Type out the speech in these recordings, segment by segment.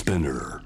Spinner。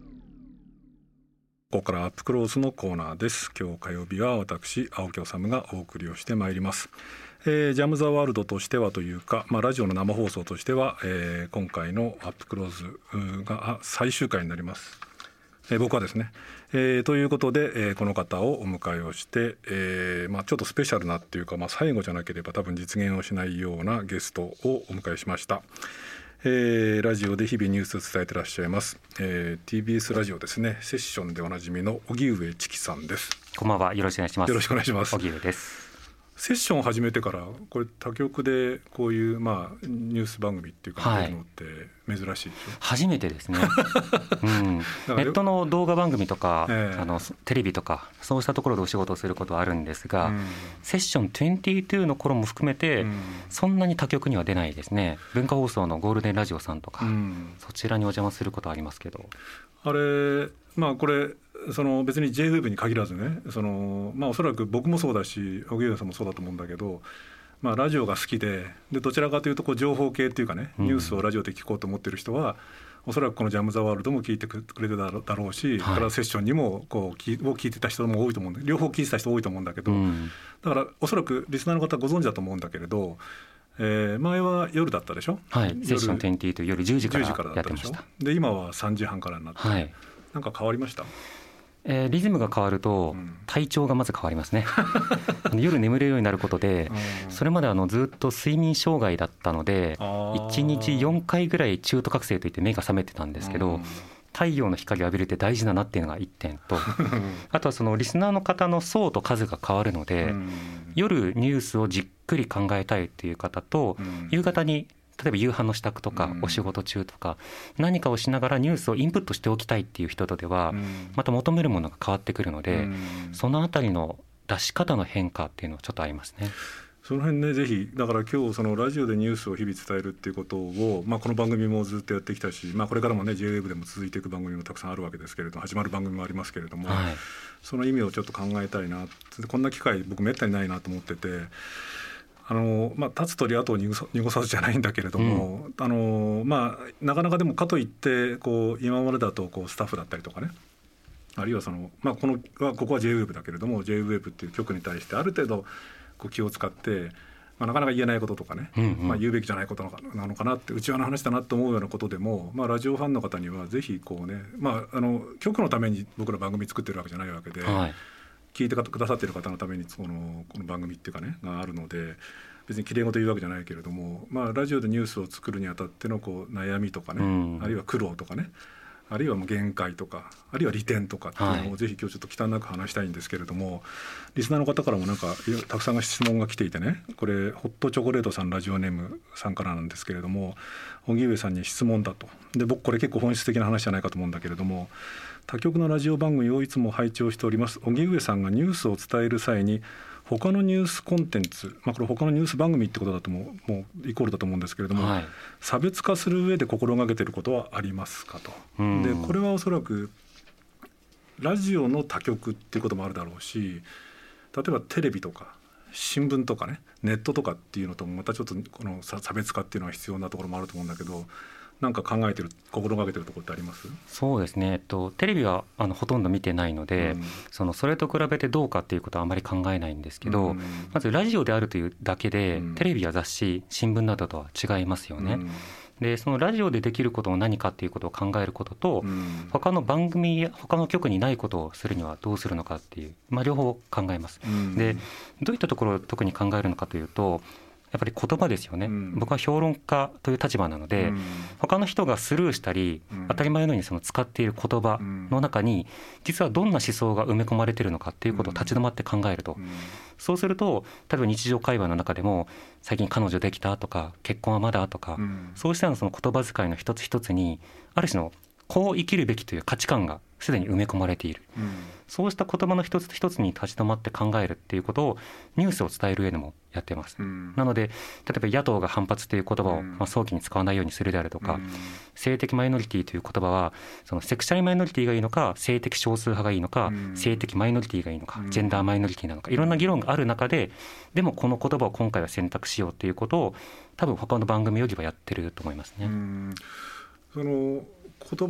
ここからアップクローズのコーナーです。今日火曜日は私青木治がお送りをしてまいります。ジャム・ザ・ワールドとしてはというか、ラジオの生放送としては、今回のアップクローズが最終回になります。僕はですね、ということで、この方をお迎えをして、ちょっとスペシャルなっていうか、最後じゃなければ多分実現をしないようなゲストをお迎えしました。ラジオで日々ニュースを伝えてらっしゃいます、TBS ラジオですね、セッションでおなじみの荻上チキさんです。 こんばんは、よろしくお願いします。 よろしくお願いします。 荻上です。 セッションを始めてからこれ他局でこういうニュース番組っていうか、出るのって珍しいでしょ。 初めてですね、ネットの動画番組とか、テレビとかそうしたところでお仕事をすることはあるんですが、セッション22の頃も含めて、そんなに他局には出ないですね。文化放送のゴールデンラジオさんとか、そちらにお邪魔することはありますけど、 あれこれ別に JWEB に限らずね、おそらく僕もそうだし荻上さんもそうだと思うんだけど、ラジオが好きでどちらかというと情報系っていうかね、ニュースをラジオで聞こうと思ってる人はおそらくこのジャム・ザ・ワールドも聞いてくれてただろうし、からセッションにも聞いてた人も多いと思うんで、両方聞いてた人多いと思うんだけど、だからおそらくリスナーの方ご存知だと思うんだけれど、前は夜だったでしょ。 セッション22と夜10時からやってました。 で今は3時半からになって、なんか変わりました？ リズムが変わると体調がまず変わりますね。夜眠れるようになることで、それまでずっと睡眠障害だったので1日4回ぐらい中途覚醒といって目が覚めてたんですけど、太陽の光を浴びるって大事だなっていうのが1点と、あとはリスナーの方の層と数が変わるので、夜ニュースをじっくり考えたいっていう方と、夕方に例えば夕飯の支度とかお仕事中とか何かをしながらニュースをインプットしておきたいっていう人とではまた求めるものが変わってくるので、そのあたりの出し方の変化っていうのはちょっとありますね。 その辺ね、ぜひだから今日ラジオでニュースを日々伝えるっていうことを、この番組もずっとやってきたし、これからもね JWEB でも続いていく番組もたくさんあるわけですけれど、始まる番組もありますけれども、その意味をちょっと考えたいな。こんな機会僕めったにないなと思ってて、立つ鳥跡を濁さずじゃないんだけれども、なかなかでもかといって今までだとスタッフだったりとかね、あるいはここは JWEB だけれども JWEB っていう局に対してある程度気を使って、なかなか言えないこととかね、言うべきじゃないことなのかなって、内輪の話だなと思うようなことでも、ラジオファンの方にはぜひ局のために僕ら番組作ってるわけじゃないわけで、聞いてくださっている方のためにこの番組っていうかねがあるので、別にきれい事言うわけじゃないけれども、ラジオでニュースを作るにあたっての悩みとかね、あるいは苦労とかね、あるいは限界とか、あるいは利点とかっていうのをぜひ今日ちょっと忌憚なく話したいんですけれども、リスナーの方からもたくさん質問が来ていてね、これホットチョコレートさんラジオネームさんからなんですけれども、荻上さんに質問だと。で僕これ結構本質的な話じゃないかと思うんだけれども、他局のラジオ番組をいつも拝聴しております。荻上さんがニュースを伝える際に他のニュースコンテンツ、これ他のニュース番組ってことだともうイコールだと思うんですけれども、差別化する上で心がけていることはありますかと。でこれはおそらくラジオの他局っていうこともあるだろうし、例えばテレビとか新聞とかね、ネットとかっていうのともまたちょっとこの差別化っていうのは必要なところもあると思うんだけど、なんか心がけてるところってあります？ そうですね、テレビはほとんど見てないので、それと比べてどうかっていうことはあまり考えないんですけど、まずラジオであるというだけで、テレビや雑誌新聞などとは違いますよね。でそのラジオでできることは何かっていうことを考えることと、他の番組や他の局にないことをするにはどうするのかっていう、両方考えます。でどういったところを特に考えるのかというと、やっぱり言葉ですよね。僕は評論家という立場なので、他の人がスルーしたり当たり前のように使っている言葉の中に実はどんな思想が埋め込まれているのかっていうことを立ち止まって考えると、そうすると例えば日常会話の中でも最近彼女できたとか結婚はまだとか、そうしたような言葉遣いの一つ一つにある種のこう生きるべきという価値観がすでに埋め込まれている、そうした言葉の一つ一つに立ち止まって考えるっていうことをニュースを伝える上でもやってます。なので例えば野党が反発という言葉を早期に使わないようにするであるとか、性的マイノリティという言葉はセクシャルマイノリティがいいのか、性的少数派がいいのか、性的マイノリティがいいのか、ジェンダーマイノリティなのか、いろんな議論がある中で、でもこの言葉を今回は選択しようということを多分他の番組よりはやってると思いますね。 その言葉っ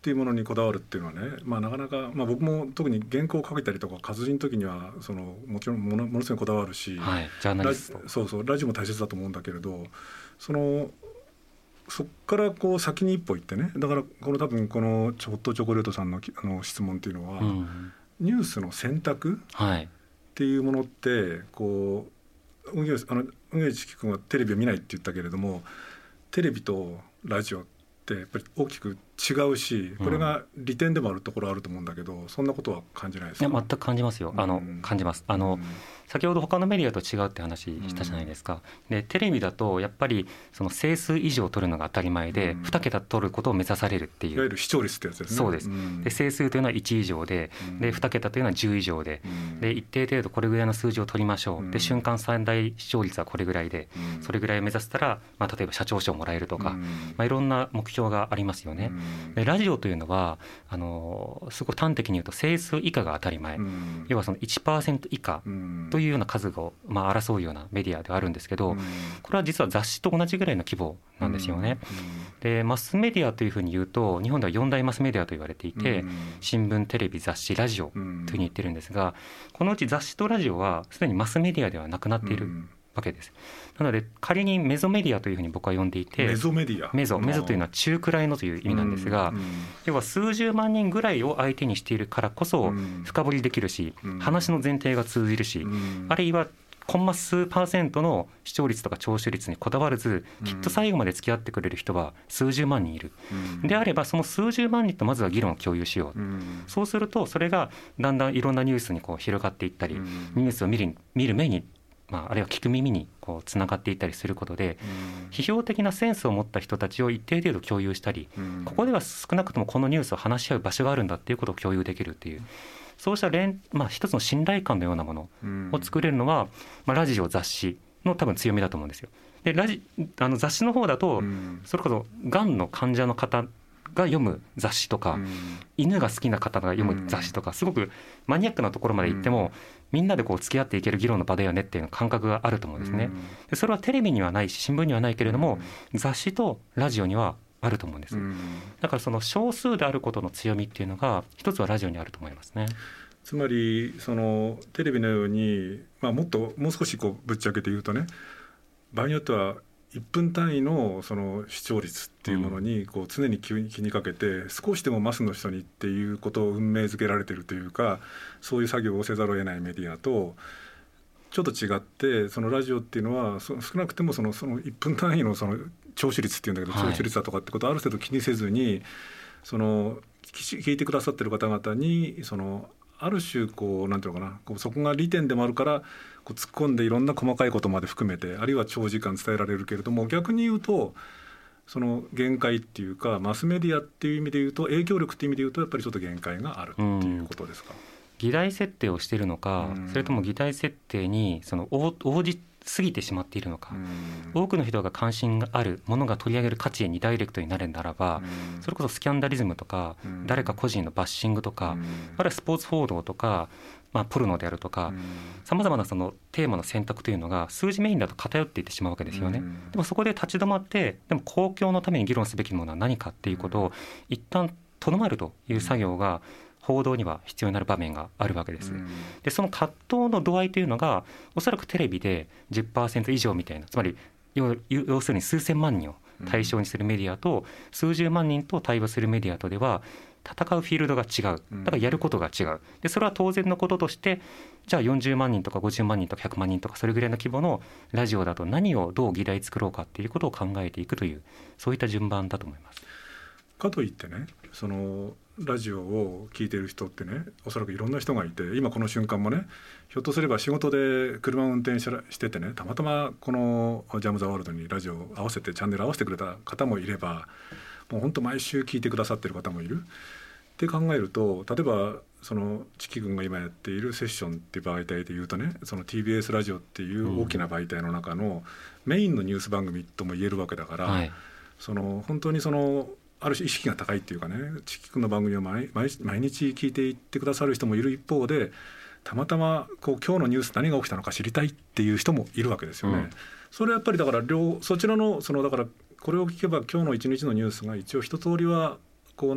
っていうものにこだわるっていうのはね、なかなか、僕も特に原稿を書いたりとか活字の時にはもちろんものすごいこだわるし、 ジャーナリスト、 ラジオも大切だと思うんだけれど、そっから先に一歩行ってね、だから多分このホットチョコレートさんの質問っていうのは、ニュースの選択っていうものって運営知樹君はテレビを見ないって言ったけれども、テレビとラジオってやっぱり大きく違うし、これが利点でもあるところあると思うんだけど、そんなことは感じないですか？ いや全く感じますよ。感じます。先ほど他のメディアと違うって話したじゃないですか。でテレビだとやっぱりその整数以上取るのが当たり前で、2桁取ることを目指されるっていう、 いわゆる視聴率ってやつですね。 そうです。で整数というのは1以上で、2桁というのは10以上で、一定程度これぐらいの数字を取りましょう。で瞬間最大視聴率はこれぐらいで、それぐらいを目指したら、例えば社長賞をもらえるとか、いろんな目標がありますよね。でラジオというのはすごく端的に言うと整数以下が当たり前、要はその 1% 以下というような数を争うようなメディアではあるんですけど、これは実は雑誌と同じぐらいの規模なんですよね。でマスメディアというふうに言うと、日本では4大マスメディアと言われていて、新聞、テレビ、雑誌、ラジオというふうに言ってるんですが、このうち雑誌とラジオはすでにマスメディアではなくなっているわけです。なので仮にメゾメディアというふうに僕は呼んでいて、 メゾメディア、 メゾというのは中くらいのという意味なんですが、要は数十万人ぐらいを相手にしているからこそ深掘りできるし、話の前提が通じるし、あるいはコンマ数%の視聴率とか聴取率にこだわらず、きっと最後まで付き合ってくれる人は数十万人いる、であればその数十万人とまずは議論を共有しよう、そうするとそれがだんだんいろんなニュースに広がっていったり、ニュースを見る目に、あるいは聞く耳につながっていったりすることで、批評的なセンスを持った人たちを一定程度共有したり、ここでは少なくともこのニュースを話し合う場所があるんだっていうことを共有できるっていう、そうした一つの信頼感のようなものを作れるのは、ラジオ、雑誌の多分強みだと思うんですよ。で雑誌の方だと、それこそがんの患者の方が読む雑誌とか、犬が好きな方が読む雑誌とか、すごくマニアックなところまで行っても、みんなで付き合っていける議論の場だよねっていう感覚があると思うんですね。でそれはテレビにはないし新聞にはないけれども、雑誌とラジオにはあると思うんです。だからその少数であることの強みっていうのが一つはラジオにあると思いますね。 つまりテレビのように、もう少しぶっちゃけて言うとね、場合によっては1分単位の視聴率っていうものに常に気にかけて、少しでもマスの人にっていうことを運命づけられているというか、そういう作業をせざるを得ないメディアとちょっと違って、ラジオっていうのは少なくても1分単位の聴取率っていうんだけど、聴取率だとかってことをある程度気にせずに、聞いてくださってる方々にある種なんていうのかな、そこが利点でもあるから突っ込んでいろんな細かいことまで含めて、あるいは長時間伝えられるけれども、逆に言うと限界っていうか、マスメディアっていう意味で言うと、影響力っていう意味で言うと、やっぱりちょっと限界があるっていうことですか？ 議題設定をしているのか、それとも議題設定に応じ過ぎてしまっているのか、多くの人が関心があるものが取り上げる価値にダイレクトになるならば、それこそスキャンダリズムとか、誰か個人のバッシングとか、あるいはスポーツ報道とか、ポルノであるとか、さまざまなテーマの選択というのが数字メインだと偏っていってしまうわけですよね。でもそこで立ち止まって、でも公共のために議論すべきものは何かっていうことを一旦とどまるという作業が報道には必要になる場面があるわけです。でその葛藤の度合いというのが、おそらくテレビで 10% 以上みたいな、つまり要するに数千万人を対象にするメディアと、数十万人と対話するメディアとでは戦うフィールドが違う。だからやることが違う。でそれは当然のこととして、じゃあ40万人とか50万人とか100万人とか、それぐらいの規模のラジオだと何をどう議題作ろうかっていうことを考えていくという、そういった順番だと思います。 かといってね、ラジオを聞いてる人ってね、おそらくいろんな人がいて、今この瞬間もね、ひょっとすれば仕事で車を運転しててね、たまたまこのジャム・ザ・ワールドにラジオを合わせて、チャンネル合わせてくれた方もいれば、もう本当毎週聞いてくださってる方もいるって考えると、例えばチキ君が今やっているセッションっていう媒体でいうとね、TBS ラジオっていう大きな媒体の中のメインのニュース番組とも言えるわけだから、本当にある種意識が高いっていうかね、チキ君の番組を毎日聞いていってくださる人もいる一方で、たまたま今日のニュース何が起きたのか知りたいっていう人もいるわけですよね。それはやっぱりだからそちらのだからこれを聞けば今日の一日のニュースが一応一通りは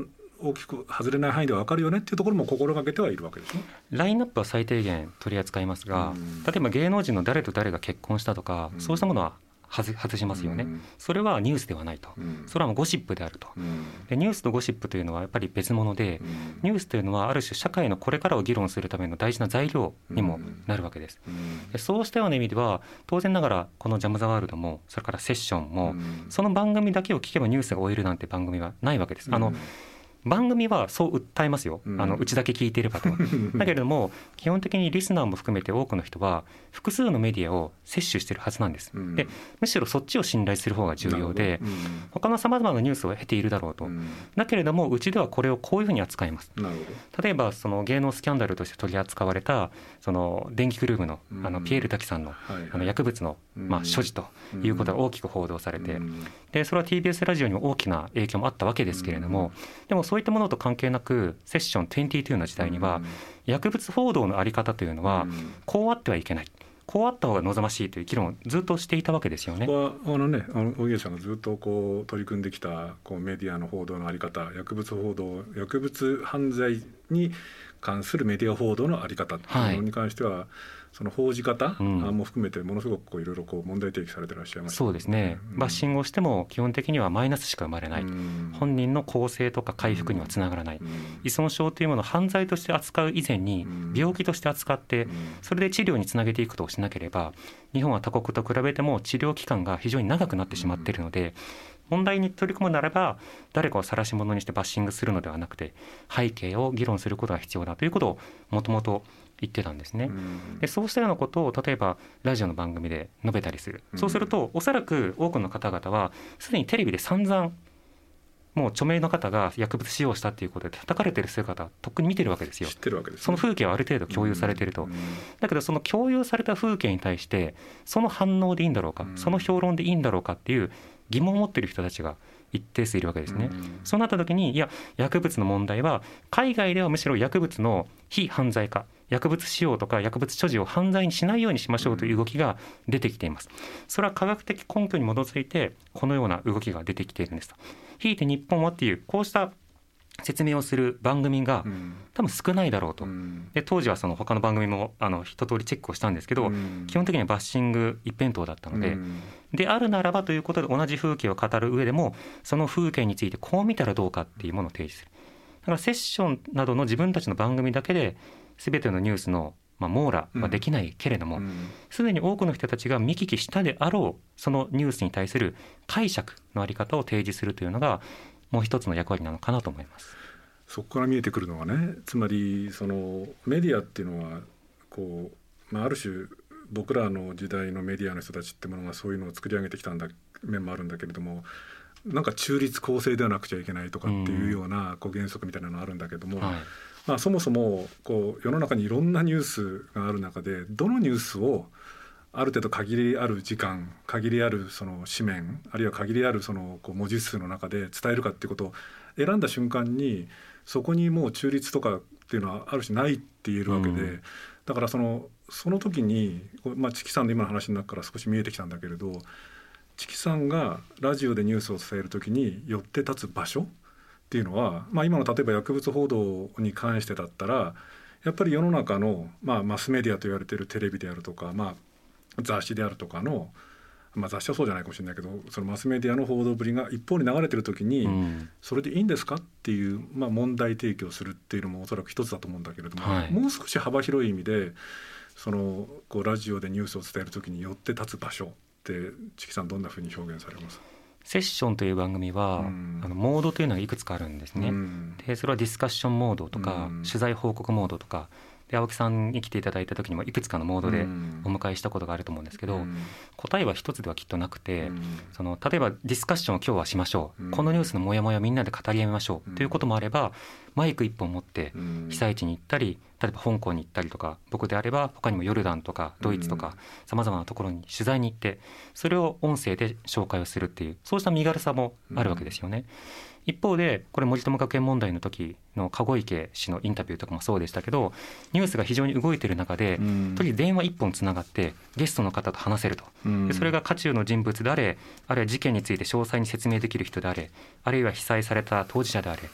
大きく外れない範囲では分かるよねっていうところも心がけてはいるわけですね。 ラインナップは最低限取り扱いますが、例えば芸能人の誰と誰が結婚したとか、そうしたものは外しますよね。それはニュースではないと、それはもうゴシップであると。でニュースとゴシップというのはやっぱり別物で、ニュースというのはある種社会のこれからを議論するための大事な材料にもなるわけです。でそうしたような意味では当然ながらこのジャム・ザ・ワールドもそれからセッションも、その番組だけを聞けばニュースが終えるなんて番組はないわけです。番組はそう訴えますよ、うちだけ聞いていればとだけれども基本的にリスナーも含めて多くの人は複数のメディアを摂取しているはずなんです。でむしろそっちを信頼する方が重要で、他のさまざまなニュースを経ているだろうと、だけれどもうちではこれをこういうふうに扱います。例えばその芸能スキャンダルとして取り扱われたその電気グルーヴの、ピエール滝さんの、薬物の、所持ということが大きく報道されて、でそれは TBS ラジオにも大きな影響もあったわけですけれども、でもそういったものと関係なくセッション22の時代には薬物報道の在り方というのはこうあってはいけない、こうあった方が望ましいという議論をずっとしていたわけですよね。 ここは大家さんがずっとこう取り組んできたこうメディアの報道の在り方、薬物報道、薬物犯罪に関するメディア報道の在り方というのに関しては、その報じ方も含めてものすごくいろいろ問題提起されていらっしゃいます、 そうですね、バッシングをしても基本的にはマイナスしか生まれない、本人の更生とか回復にはつながらない、依存症というものを犯罪として扱う以前に病気として扱ってそれで治療につなげていくとしなければ、日本は他国と比べても治療期間が非常に長くなってしまっているので、問題に取り組むならば誰かを晒し者にしてバッシングするのではなくて背景を議論することが必要だということをもともと言ってたんですね。でそうしたようなことを例えばラジオの番組で述べたりする。そうするとおそらく多くの方々はすでにテレビで散々もう著名の方が薬物使用したということで叩かれている姿とっくに見てるわけですよ。 知ってるわけですね。 その風景はある程度共有されていると、だけどその共有された風景に対してその反応でいいんだろうか、その評論でいいんだろうかっていう疑問を持っている人たちが一定数いるわけですね。そうなった時に、いや薬物の問題は海外ではむしろ薬物の非犯罪化、薬物使用とか薬物所持を犯罪にしないようにしましょうという動きが出てきています。それは科学的根拠に基づいてこのような動きが出てきているんですと。ひいて日本はっていうこうした説明をする番組が多分少ないだろうと。で当時はその他の番組も一通りチェックをしたんですけど、基本的にはバッシング一辺倒だったので、であるならばということで同じ風景を語る上でもその風景についてこう見たらどうかっていうものを提示する。だからセッションなどの自分たちの番組だけで全てのニュースの網羅はできないけれども、すでに多くの人たちが見聞きしたであろうそのニュースに対する解釈のあり方を提示するというのがもう一つの役割なのかなと思います。 そこから見えてくるのはね、つまりそのメディアっていうのはこう、ある種僕らの時代のメディアの人たちってものがそういうのを作り上げてきた面もあるんだけれども、なんか中立公正ではなくちゃいけないとかっていうような原則みたいなのがあるんだけども、そもそも世の中にいろんなニュースがある中でどのニュースをある程度限りある時間、限りあるその紙面、あるいは限りあるその文字数の中で伝えるかっていうことを選んだ瞬間に、そこにもう中立とかっていうのはある種ないって言えるわけで、だからその時にチキさんの今の話の中から少し見えてきたんだけれど、チキさんがラジオでニュースを伝える時によって立つ場所っていうのは、今の例えば薬物報道に関してだったらやっぱり世の中の、マスメディアと言われているテレビであるとか、雑誌であるとかの、雑誌はそうじゃないかもしれないけど、そのマスメディアの報道ぶりが一方に流れている時に、それでいいんですかっていう、問題提起をするっていうのもおそらく一つだと思うんだけれども、もう少し幅広い意味でそのラジオでニュースを伝える時によって立つ場所ってチキさんどんなふうに表現されます？ セッションという番組は、モードというのがいくつかあるんですね。でそれはディスカッションモードとか、取材報告モードとかで、青木さんに来ていただいた時にもいくつかのモードでお迎えしたことがあると思うんですけど、答えは一つではきっとなくて、例えばディスカッションを今日はしましょう、このニュースのモヤモヤみんなで語り合いましょうということもあれば、マイク一本持って被災地に行ったり、例えば香港に行ったりとか、僕であれば他にもヨルダンとかドイツとかさまざまなところに取材に行って、それを音声で紹介をするっていう、そうした身軽さもあるわけですよね。一方でこれ森友学園問題の時の籠池氏のインタビューとかもそうでしたけど、ニュースが非常に動いている中で、とりあえず電話一本つながってゲストの方と話せると。でそれが渦中の人物であれ、あるいは事件について詳細に説明できる人であれ、あるいは被災された当事者であれ、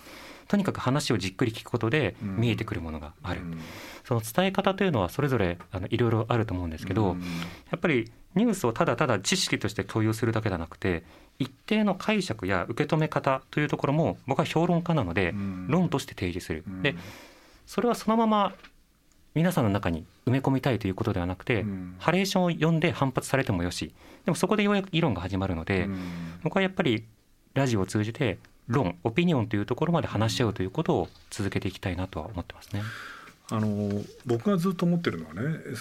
とにかく話をじっくり聞くことで見えてくるものがある、その伝え方というのはそれぞれいろいろあると思うんですけど、やっぱりニュースをただただ知識として共有するだけではなくて、一定の解釈や受け止め方というところも僕は評論家なので論として提示する。でそれはそのまま皆さんの中に埋め込みたいということではなくて、ハレーションを読んで反発されてもよし、でもそこでようやく議論が始まるので、僕はやっぱりラジオを通じて論、オピニオンというところまで話し合うということを続けていきたいなとは思ってますね。 僕がずっと思ってるのはね、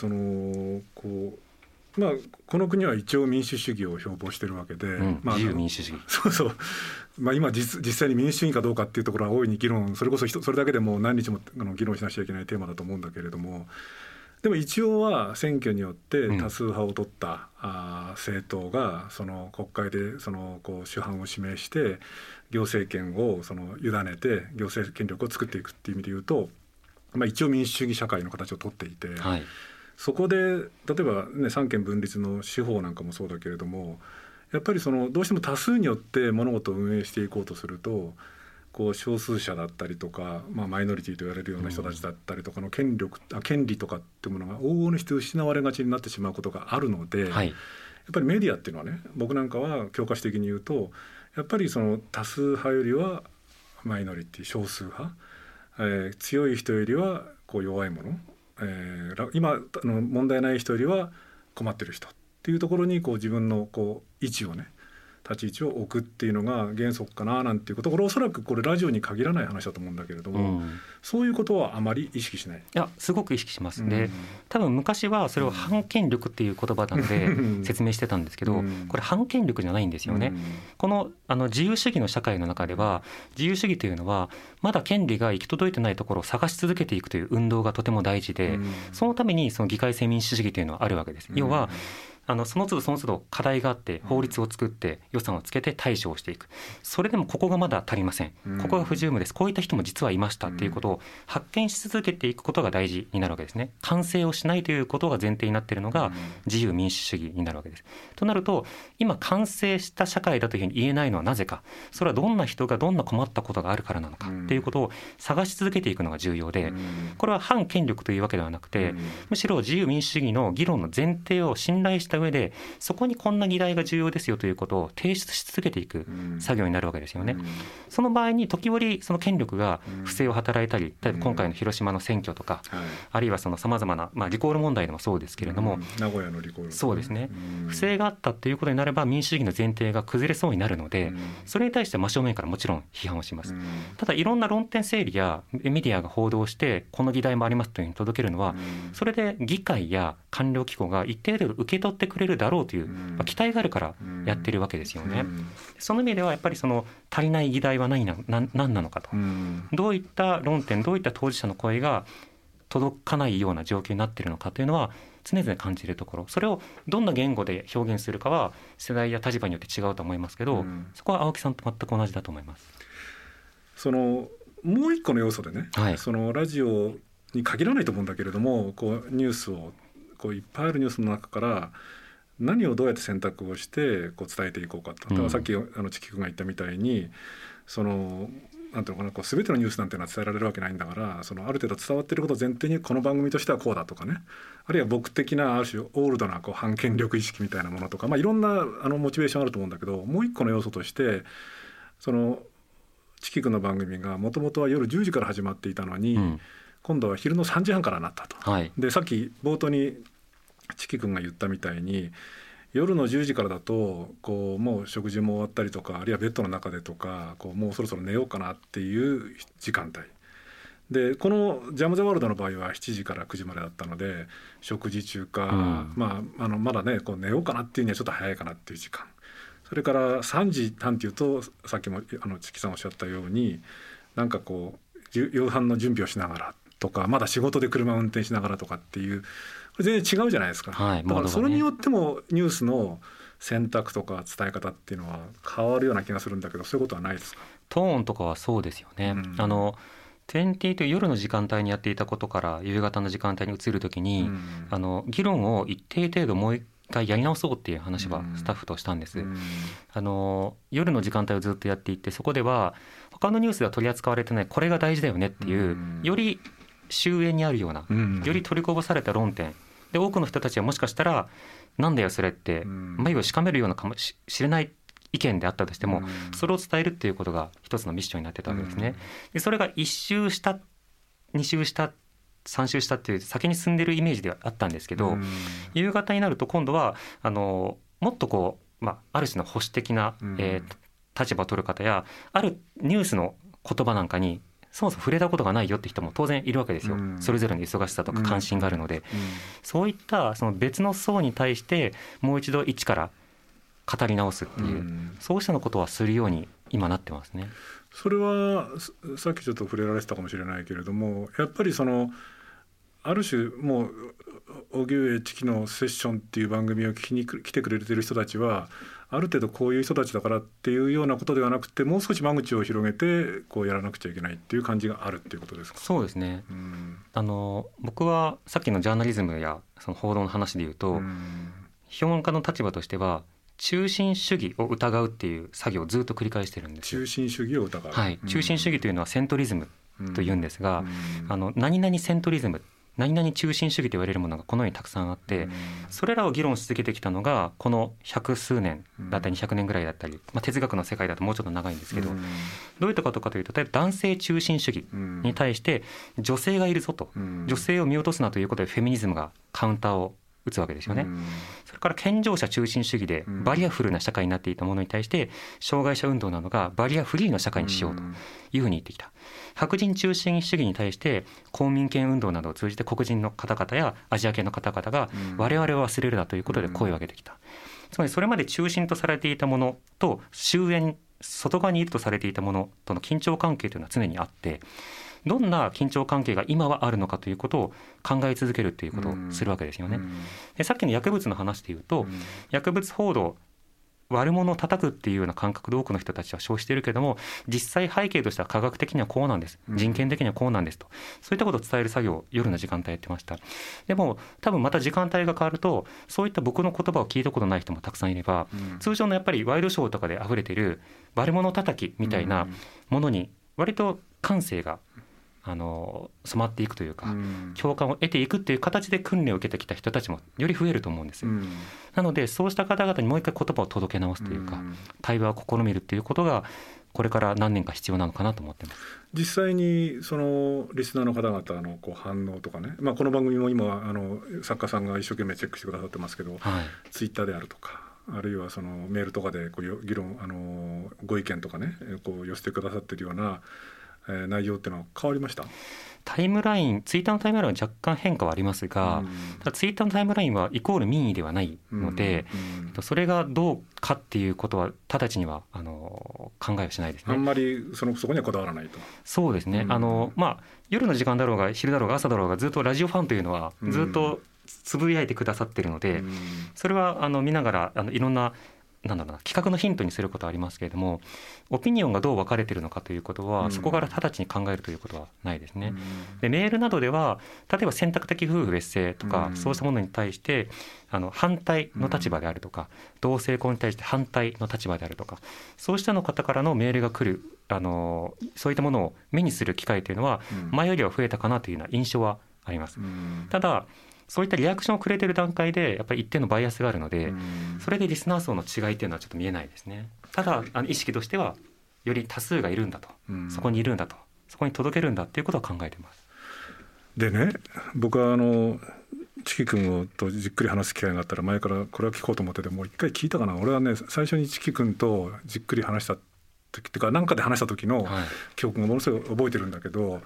この国は一応民主主義を標榜してるわけで、 自由民主主義、 そうそう、今 実際に民主主義かどうかっていうところは大いに議論、それこそそれだけでもう何日も議論しなきゃいけないテーマだと思うんだけれども、でも一応は選挙によって多数派を取った、政党がその国会で主犯を指名して行政権を委ねて行政権力を作っていくっていう意味で言うと、一応民主主義社会の形を取っていて、はい、そこで例えば、ね、三権分立の司法なんかもそうだけれども、やっぱりどうしても多数によって物事を運営していこうとすると、少数者だったりとか、マイノリティと言われるような人たちだったりとかの権利とかっていうものが往々にして失われがちになってしまうことがあるので、はい、やっぱりメディアっていうのはね、僕なんかは教科書的に言うと、やっぱり多数派よりはマイノリティ、少数派、強い人よりは弱い者、今問題ない人よりは困ってる人っていうところに自分の位置をね、立ち位置を置くっていうのが原則かななんていうこと、これおそらくこれラジオに限らない話だと思うんだけれども、そういうことはあまり意識しない。いや、すごく意識します。で、多分昔はそれを反権力っていう言葉なので説明してたんですけど、これ反権力じゃないんですよね。この自由主義の社会の中では、自由主義というのはまだ権利が行き届いてないところを探し続けていくという運動がとても大事で、そのために議会制民主主義というのはあるわけです。要はその都度その都度課題があって法律を作って予算をつけて対処をしていく。それでもここがまだ足りません、ここが不十分です、こういった人も実はいましたっていうことを発見し続けていくことが大事になるわけですね。完成をしないということが前提になっているのが自由民主主義になるわけです。となると、今完成した社会だというふうに言えないのはなぜか、それはどんな人がどんな困ったことがあるからなのかっていうことを探し続けていくのが重要で、これは反権力というわけではなくて、むしろ自由民主主義の議論の前提を信頼した上で、そこにこんな議題が重要ですよということを提出し続けていく作業になるわけですよね。その場合に時折その権力が不正を働いたり、例えば今回の広島の選挙とか、あるいはさまざまな、リコール問題でもそうですけれども、 名古屋のリコール、 そうですね、不正があったということになれば民主主義の前提が崩れそうになるので、それに対して真正面からもちろん批判をします。ただいろんな論点整理やメディアが報道してこの議題もありますというふうに届けるのは、それで議会や官僚機構が一定程度受け取ってくれるだろうという、期待があるからやってるわけですよね。その意味ではやっぱり足りない議題は何なのかと、どういった論点、どういった当事者の声が届かないような状況になっているのかというのは常々感じるところ、それをどんな言語で表現するかは世代や立場によって違うと思いますけど、そこは青木さんと全く同じだと思います。 もう一個の要素でね、はい、ラジオに限らないと思うんだけれども、ニュースをいっぱいあるニュースの中から何をどうやって選択をして伝えていこうかと。だからさっきチキ君が言ったみたいに、なんていうのかな、全てのニュースなんていうのは伝えられるわけないんだから、ある程度伝わっていることを前提にこの番組としてはこうだとかね、あるいは僕的なある種オールドな反権力意識みたいなものとか、いろんなモチベーションあると思うんだけど、もう一個の要素としてチキ君の番組がもともとは夜10時から始まっていたのに、今度は昼の3時半からなったと、はい、でさっき冒頭にチキ君が言ったみたいに、夜の10時からだともう食事も終わったりとか、あるいはベッドの中でとかもうそろそろ寝ようかなっていう時間帯で、このジャム・ザ・ワールドの場合は7時から9時までだったので、食事中か、まだね寝ようかなっていうにはちょっと早いかなっていう時間、それから3時半っていうと、さっきもチキさんおっしゃったように、なんか夕飯の準備をしながらとか、まだ仕事で車を運転しながらとかっていう、全然違うじゃないですか、はい、だからそれによってもニュースの選択とか伝え方っていうのは変わるような気がするんだけど、そういうことはないですか？ トーンとかはそうですよね、20という夜の時間帯にやっていたことから夕方の時間帯に移るときに、議論を一定程度もう一回やり直そうっていう話はスタッフとしたんです。夜の時間帯をずっとやっていて、そこでは他のニュースでは取り扱われてないこれが大事だよねっていう、より終焉にあるような、より取りこぼされた論点で、多くの人たちはもしかしたらなんだよそれって眉をしかめるようなかもしれない意見であったとしても、それを伝えるっていうことが一つのミッションになってたわけですね。でそれが1周した2周した3周したっていう先に進んでるイメージではあったんですけど、夕方になると今度はもっとこう、ある種の保守的な、立場を取る方や、あるニュースの言葉なんかにそもそも触れたことがないよって人も当然いるわけですよ。それぞれの忙しさとか関心があるので、そういったその別の層に対してもう一度一から語り直すっていう、そうしたのことはするように今なってますね。 それはさっきちょっと触れられてたかもしれないけれども、やっぱりある種もう荻上チキのセッションっていう番組を聞きに来てくれてる人たちはある程度こういう人たちだからっていうようなことではなくて、もう少し間口を広げてこうやらなくちゃいけないっていう感じがあるっていうことですか。 そうですね、僕はさっきのジャーナリズムやその報道の話でいうと、評論家の立場としては中心主義を疑うっていう作業をずっと繰り返してるんですよ。 中心主義を疑う、 はい、中心主義というのはセントリズムというんですが、何々セントリズム、何々中心主義と言われるものがこのようにたくさんあって、それらを議論し続けてきたのがこの百数年だったり200年ぐらいだったり、哲学の世界だともうちょっと長いんですけど、どういうことかというと、例えば男性中心主義に対して女性がいるぞと、女性を見落とすなということでフェミニズムがカウンターを打つわけですよね。それから健常者中心主義でバリアフルな社会になっていたものに対して障害者運動などがバリアフリーの社会にしようというふうに言ってきた。白人中心主義に対して公民権運動などを通じて黒人の方々やアジア系の方々が我々を忘れるなということで声を上げてきた。つまりそれまで中心とされていたものと終焉、外側にいるとされていたものとの緊張関係というのは常にあって、どんな緊張関係が今はあるのかということを考え続けるということをするわけですよね。でさっきの薬物の話でいうと、薬物報道、悪者を叩くっていうような感覚で多くの人たちは消しているけれども、実際背景としては科学的にはこうなんです、人権的にはこうなんですと、そういったことを伝える作業を夜の時間帯やってました。でも多分また時間帯が変わると、そういった僕の言葉を聞いたことない人もたくさんいれば、通常のやっぱりワイドショーとかで溢れている悪者叩きみたいなものに割と感性が染まっていくというか、共感を得ていくっていう形で訓練を受けてきた人たちもより増えると思うんですよ。なのでそうした方々にもう一回言葉を届け直すというか、対話を試みるっていうことがこれから何年か必要なのかなと思ってます。 実際にそのリスナーの方々のこう反応とかね、この番組も今作家さんが一生懸命チェックしてくださってますけど、ツイッターであるとか、あるいはそのメールとかでこう議論ご意見とかね、こう寄せてくださっているような内容っていうのは変わりました？ タイムライン、ツイッターのタイムラインは若干変化はありますが、ただツイッターのタイムラインはイコール民意ではないので、それがどうかっていうことは直ちには考えはしないですね。 あんまりそこにはこだわらないと。 そうですね、夜の時間だろうが昼だろうが朝だろうがずっとラジオファンというのはずっとつぶやいてくださってるので、それは見ながらいろんな企画のヒントにすることはありますけれども、オピニオンがどう分かれているのかということは、そこから直ちに考えるということはないですね。でメールなどでは例えば選択的夫婦別姓とか、そうしたものに対して反対の立場であるとか、同性婚に対して反対の立場であるとか、そうしたの方からのメールが来る、そういったものを目にする機会というのは前よりは増えたかなというような印象はあります。ただそういったリアクションをくれている段階でやっぱり一定のバイアスがあるので、それでリスナー層の違いというのはちょっと見えないですね。ただ意識としてはより多数がいるんだと、そこにいるんだと、そこに届けるんだっていうことを考えています。 でね、僕はチキ君とじっくり話す機会があったら前からこれは聞こうと思ってて、もう一回聞いたかな。俺はね、最初にチキ君とじっくり話した時っていうか、何かで話した時の記憶がものすごい覚えてるんだけど、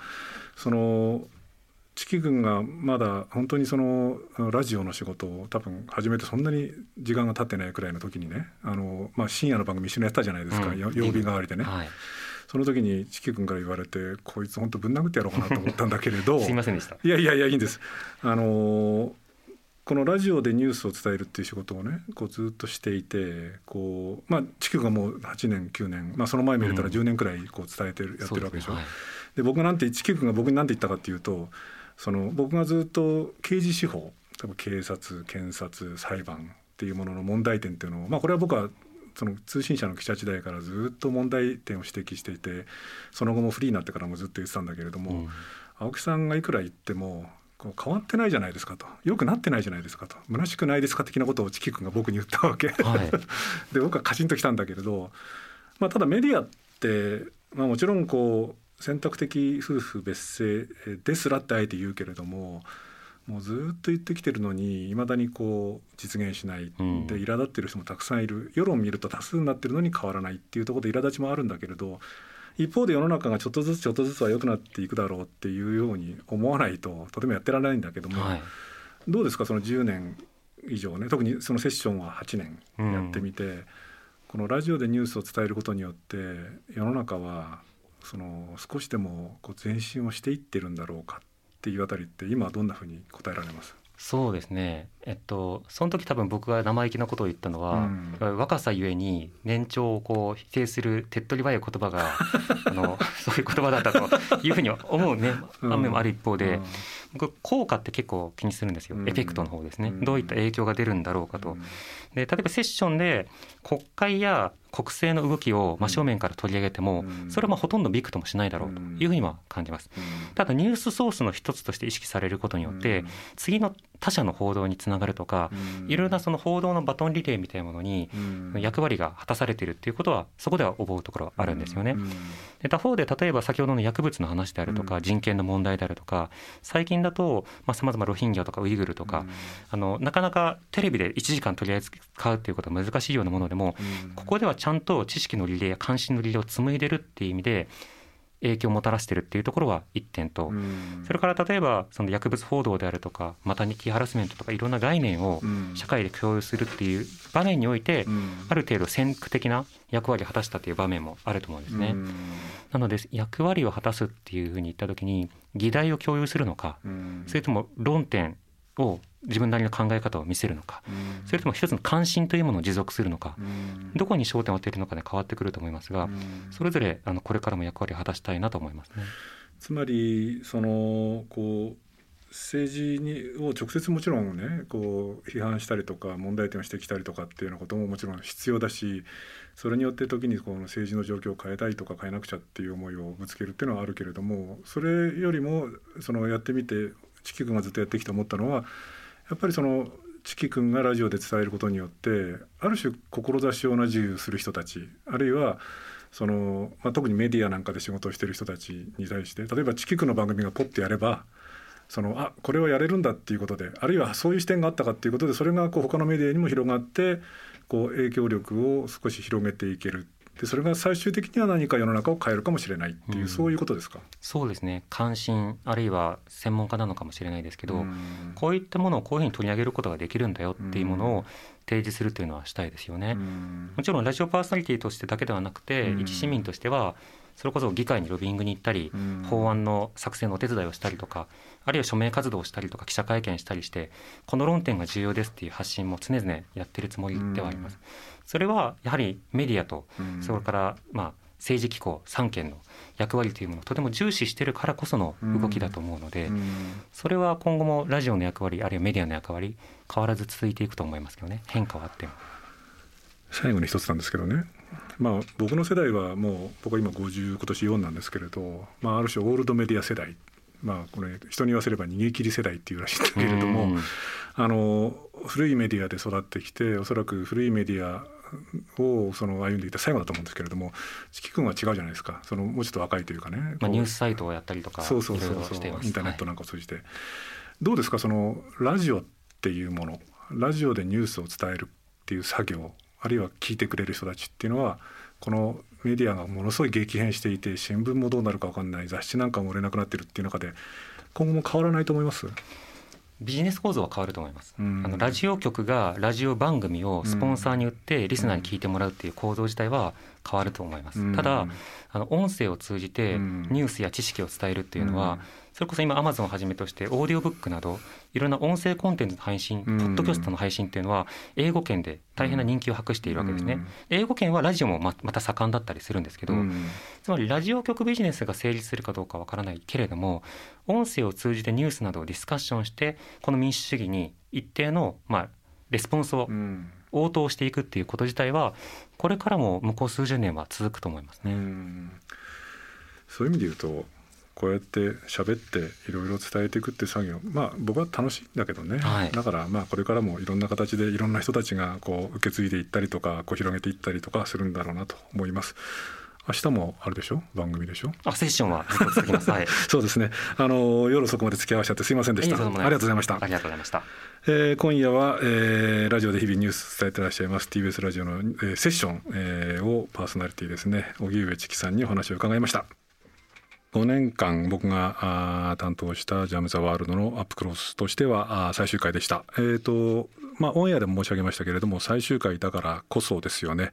チキ君がまだ本当にラジオの仕事を多分始めてそんなに時間が経ってないくらいの時にね、深夜の番組一緒にやったじゃないですか、曜日代わりでね、その時にチキ君から言われて、こいつ本当ぶん殴ってやろうかなと思ったんだけれどすいませんでした。 いやいいんです。このラジオでニュースを伝えるっていう仕事をね、こうずっとしていて、チキ君がもう8年9年、その前見れたら10年くらいこう伝えてる、やってるわけでしょ。でチキ君が僕に何て言ったかっていうと、僕がずっと刑事司法、多分警察検察裁判っっていうものの問題点っていうのを、これは僕はその通信社の記者時代からずっと問題点を指摘していて、その後もフリーになってからもずっと言ってたんだけれども、青木さんがいくら言っても変わってないじゃないですかと、良くなってないじゃないですかと、虚しくないですか的なことをチキ君が僕に言ったわけ、で僕はカチンときたんだけれど、ただメディアって、もちろん選択的夫婦別姓ですらってあえて言うけれども、もうずっと言ってきてるのにいまだに実現しない、で苛立ってる人もたくさんいる、世論を見ると多数になってるのに変わらないっていうところで苛立ちもあるんだけれど、一方で世の中がちょっとずつは良くなっていくだろうっていうように思わないととてもやってられないんだけども、どうですか、その10年以上ね、特にそのセッションは8年やってみて、このラジオでニュースを伝えることによって世の中は少しでも前進をしていってるんだろうかっていうあたりって今はどんなふうに答えられます？ そうですね、その時多分僕が生意気なことを言ったのは、若さゆえに年長を否定する手っ取り早い言葉がそういう言葉だったというふうに思うね、面もある一方で、僕効果って結構気にするんですよ、エフェクトの方ですね、どういった影響が出るんだろうかと。で例えばセッションで国会や国政の動きを真正面から取り上げても、それはほとんどびくともしないだろうというふうには感じます。ただニュースソースの一つとして意識されることによって次の他社の報道につながるとか、いろいろなその報道のバトンリレーみたいなものに役割が果たされているということはそこでは思うところはあるんですよね。で他方で例えば先ほどの薬物の話であるとか人権の問題であるとか、最近だとさまざまロヒンギャとかウイグルとか、なかなかテレビで1時間取り扱うということは難しいようなものでも、ここではちゃんと知識のリレーや関心のリレーを紡いでるっていう意味で影響をもたらしてるっていうところは一点と、それから例えばその薬物報道であるとかマタニティハラスメントとかいろんな概念を社会で共有するっていう場面において、ある程度先駆的な役割を果たしたという場面もあると思うんですね。なので役割を果たすっていうふうに言った時に議題を共有するのか、それとも論点を自分なりの考え方を見せるのか、それとも一つの関心というものを持続するのか、どこに焦点を当てるのかで変わってくると思いますが、それぞれこれからも役割を果たしたいなと思いますね。 つまり政治を直接もちろんね批判したりとか問題点を指摘したりとかっていうようなことももちろん必要だし、それによって時に政治の状況を変えたいとか変えなくちゃっていう思いをぶつけるっていうのはあるけれども、それよりもやってみてチキ君がずっとやってきて思ったのは、やっぱりチキ君がラジオで伝えることによってある種志を同じくする人たち、あるいは特にメディアなんかで仕事をしている人たちに対して、例えばチキ君の番組がポッてやればこれはやれるんだっていうことで、あるいはそういう視点があったかっていうことで、それが他のメディアにも広がって影響力を少し広げていける。でそれが最終的には何か世の中を変えるかもしれないっていう、そういうことですか？ そうですね、関心あるいは専門家なのかもしれないですけど、こういったものをこういうふうに取り上げることができるんだよっていうものを提示するというのはしたいですよね。もちろんラジオパーソナリティとしてだけではなくて、一市民としてはそれこそ議会にロビーングに行ったり、法案の作成のお手伝いをしたりとか、あるいは署名活動をしたりとか記者会見したりして、この論点が重要ですっていう発信も常々やってるつもりではあります。それはやはりメディアと、それから政治機構三権の役割というものをとても重視しているからこその動きだと思うので、それは今後もラジオの役割あるいはメディアの役割変わらず続いていくと思いますけどね。変化はあっても。 最後に一つなんですけどね、僕の世代はもう僕は今50今年4なんですけれど、ある種オールドメディア世代、これ人に言わせれば逃げ切り世代っていうらしいんだけれども、古いメディアで育ってきて、おそらく古いメディアを歩んでいた最後だと思うんですけれども、チキ君は違うじゃないですか。もうちょっと若いというかね、 ニュースサイトをやったりとか、 そうインターネットなんかを通じて、どうですか、ラジオっていうもの、ラジオでニュースを伝えるっていう作業、あるいは聞いてくれる人たちっていうのは、このメディアがものすごい激変していて、新聞もどうなるか分かんない、雑誌なんかも売れなくなってるっていう中で、今後も変わらないと思います？ ビジネス構造は変わると思います。ラジオ局がラジオ番組をスポンサーに売ってリスナーに聞いてもらうっていう構造自体は変わると思います。ただ音声を通じてニュースや知識を伝えるっていうのは、それこそ今 Amazon をはじめとしてオーディオブックなどいろんな音声コンテンツの配信、ポッドキャストの配信っていうのは英語圏で大変な人気を博しているわけですね。英語圏はラジオもまた盛んだったりするんですけど、つまりラジオ局ビジネスが成立するかどうかわからないけれども、音声を通じてニュースなどをディスカッションして、この民主主義に一定のレスポンスを応答していくっていうこと自体はこれからも向こう数十年は続くと思いますね。 そういう意味で言うとこうやって喋っていろいろ伝えていくって作業、僕は楽しいんだけどね、だからこれからもいろんな形でいろんな人たちがこう受け継いでいったりとかこう広げていったりとかするんだろうなと思います。明日もあれでしょ、番組でしょ。 セッションはずっと続きます、はい、 そうですね、夜そこまで付き合わせちゃってすいませんでした。ありがとうございました。 ありがとうございました。 今夜は、ラジオで日々ニュース伝えていらっしゃいます TBS ラジオの、セッション、をパーソナリティですね荻上チキさんにお話を伺いました。5年間僕が担当したジャム・ザ・ワールドのアップクロースとしては最終回でした。オンエアでも申し上げましたけれども最終回だからこそですよね。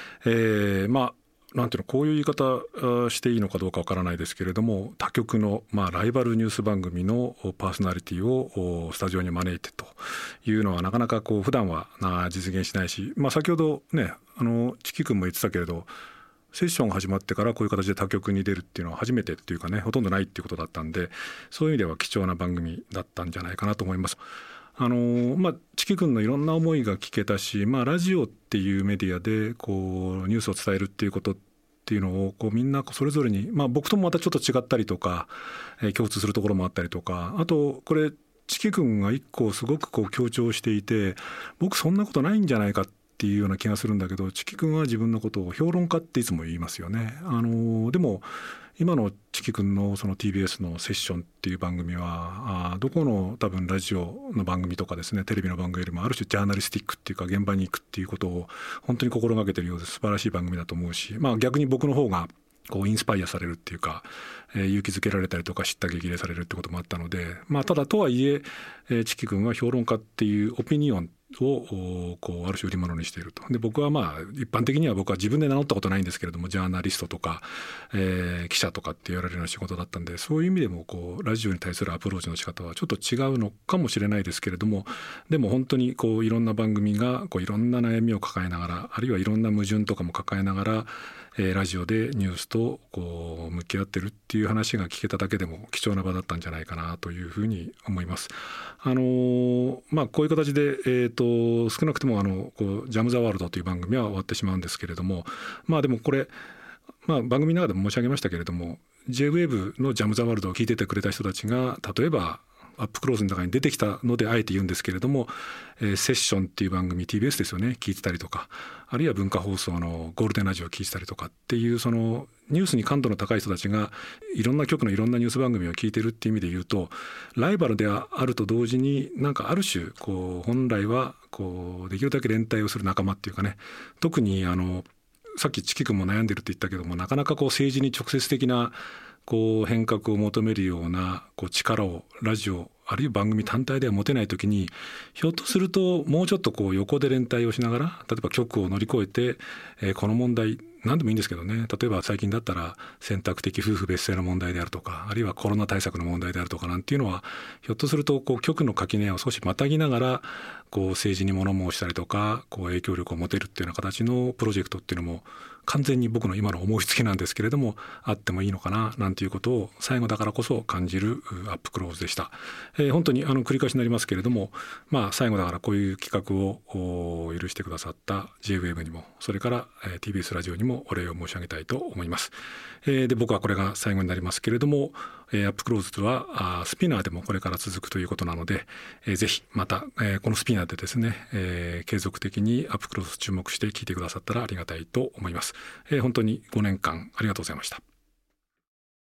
なんていうのこういう言い方していいのかどうかわからないですけれども他局のライバルニュース番組のパーソナリティをスタジオに招いてというのはなかなかこう普段は実現しないし、先ほどねチキ君も言ってたけれどセッションが始まってからこういう形で他局に出るっていうのは初めてっていうかねほとんどないっていうことだったんでそういう意味では貴重な番組だったんじゃないかなと思います。チキ君のいろんな思いが聞けたし、ラジオっていうメディアでこうニュースを伝えるっていうことっていうのをこうみんなそれぞれに、僕ともまたちょっと違ったりとか、共通するところもあったりとかあとこれチキ君が一個すごくこう強調していて僕そんなことないんじゃないかっていうような気がするんだけどチキ君は自分のことを評論家っていつも言いますよね。でも今のチキ君のその TBS のセッションっていう番組はどこの多分ラジオの番組とかですねテレビの番組よりもある種ジャーナリスティックっていうか現場に行くっていうことを本当に心がけているようで素晴らしい番組だと思うし、逆に僕の方がこうインスパイアされるっていうか、勇気づけられたりとか知った激励されるってこともあったので、ただとはいえチキ君は評論家っていうオピニオンをこうある種売り物にしていると。で僕は一般的には僕は自分で名乗ったことないんですけれどもジャーナリストとか、記者とかって言われるような仕事だったんでそういう意味でもこうラジオに対するアプローチの仕方はちょっと違うのかもしれないですけれどもでも本当にこういろんな番組がこういろんな悩みを抱えながらあるいはいろんな矛盾とかも抱えながらラジオでニュースとこう向き合ってるっていう話が聞けただけでも貴重な場だったんじゃないかなというふうに思います。こういう形で、少なくともこうジャム・ザ・ワールドという番組は終わってしまうんですけれどもでもこれ、番組の中でも申し上げましたけれども J-WAVE のジャム・ザ・ワールドを聞いててくれた人たちが例えばアップクローズの中に出てきたのであえて言うんですけれども、セッションっていう番組 TBS ですよね聞いてたりとかあるいは文化放送のゴールデンラジオを聞いてたりとかっていうそのニュースに感度の高い人たちがいろんな局のいろんなニュース番組を聞いてるっていう意味で言うとライバルであると同時にある種こう本来はこうできるだけ連帯をする仲間っていうかね特にさっきチキ君も悩んでるって言ったけどもなかなかこう政治に直接的なこう変革を求めるようなこう力をラジオあるいは番組単体では持てないときにひょっとするともうちょっとこう横で連帯をしながら例えば局を乗り越えて、この問題何でもいいんですけどね例えば最近だったら選択的夫婦別姓の問題であるとかあるいはコロナ対策の問題であるとかなんていうのはひょっとするとこう局の垣根を少しまたぎながらこう政治に物申したりとかこう影響力を持てるっていうような形のプロジェクトっていうのも完全に僕の今の思いつきなんですけれどもあってもいいのかななんていうことを最後だからこそ感じるアップクローズでした。本当に繰り返しになりますけれども、最後だからこういう企画を許してくださった J-WAVE にもそれから、TBS ラジオにもお礼を申し上げたいと思います。で僕はこれが最後になりますけれども、アップクローズはスピナーでもこれから続くということなので、ぜひまた、このスピナーでですね、継続的にアップクローズ注目して聞いてくださったらありがたいと思います。本当に5年間ありがとうございました。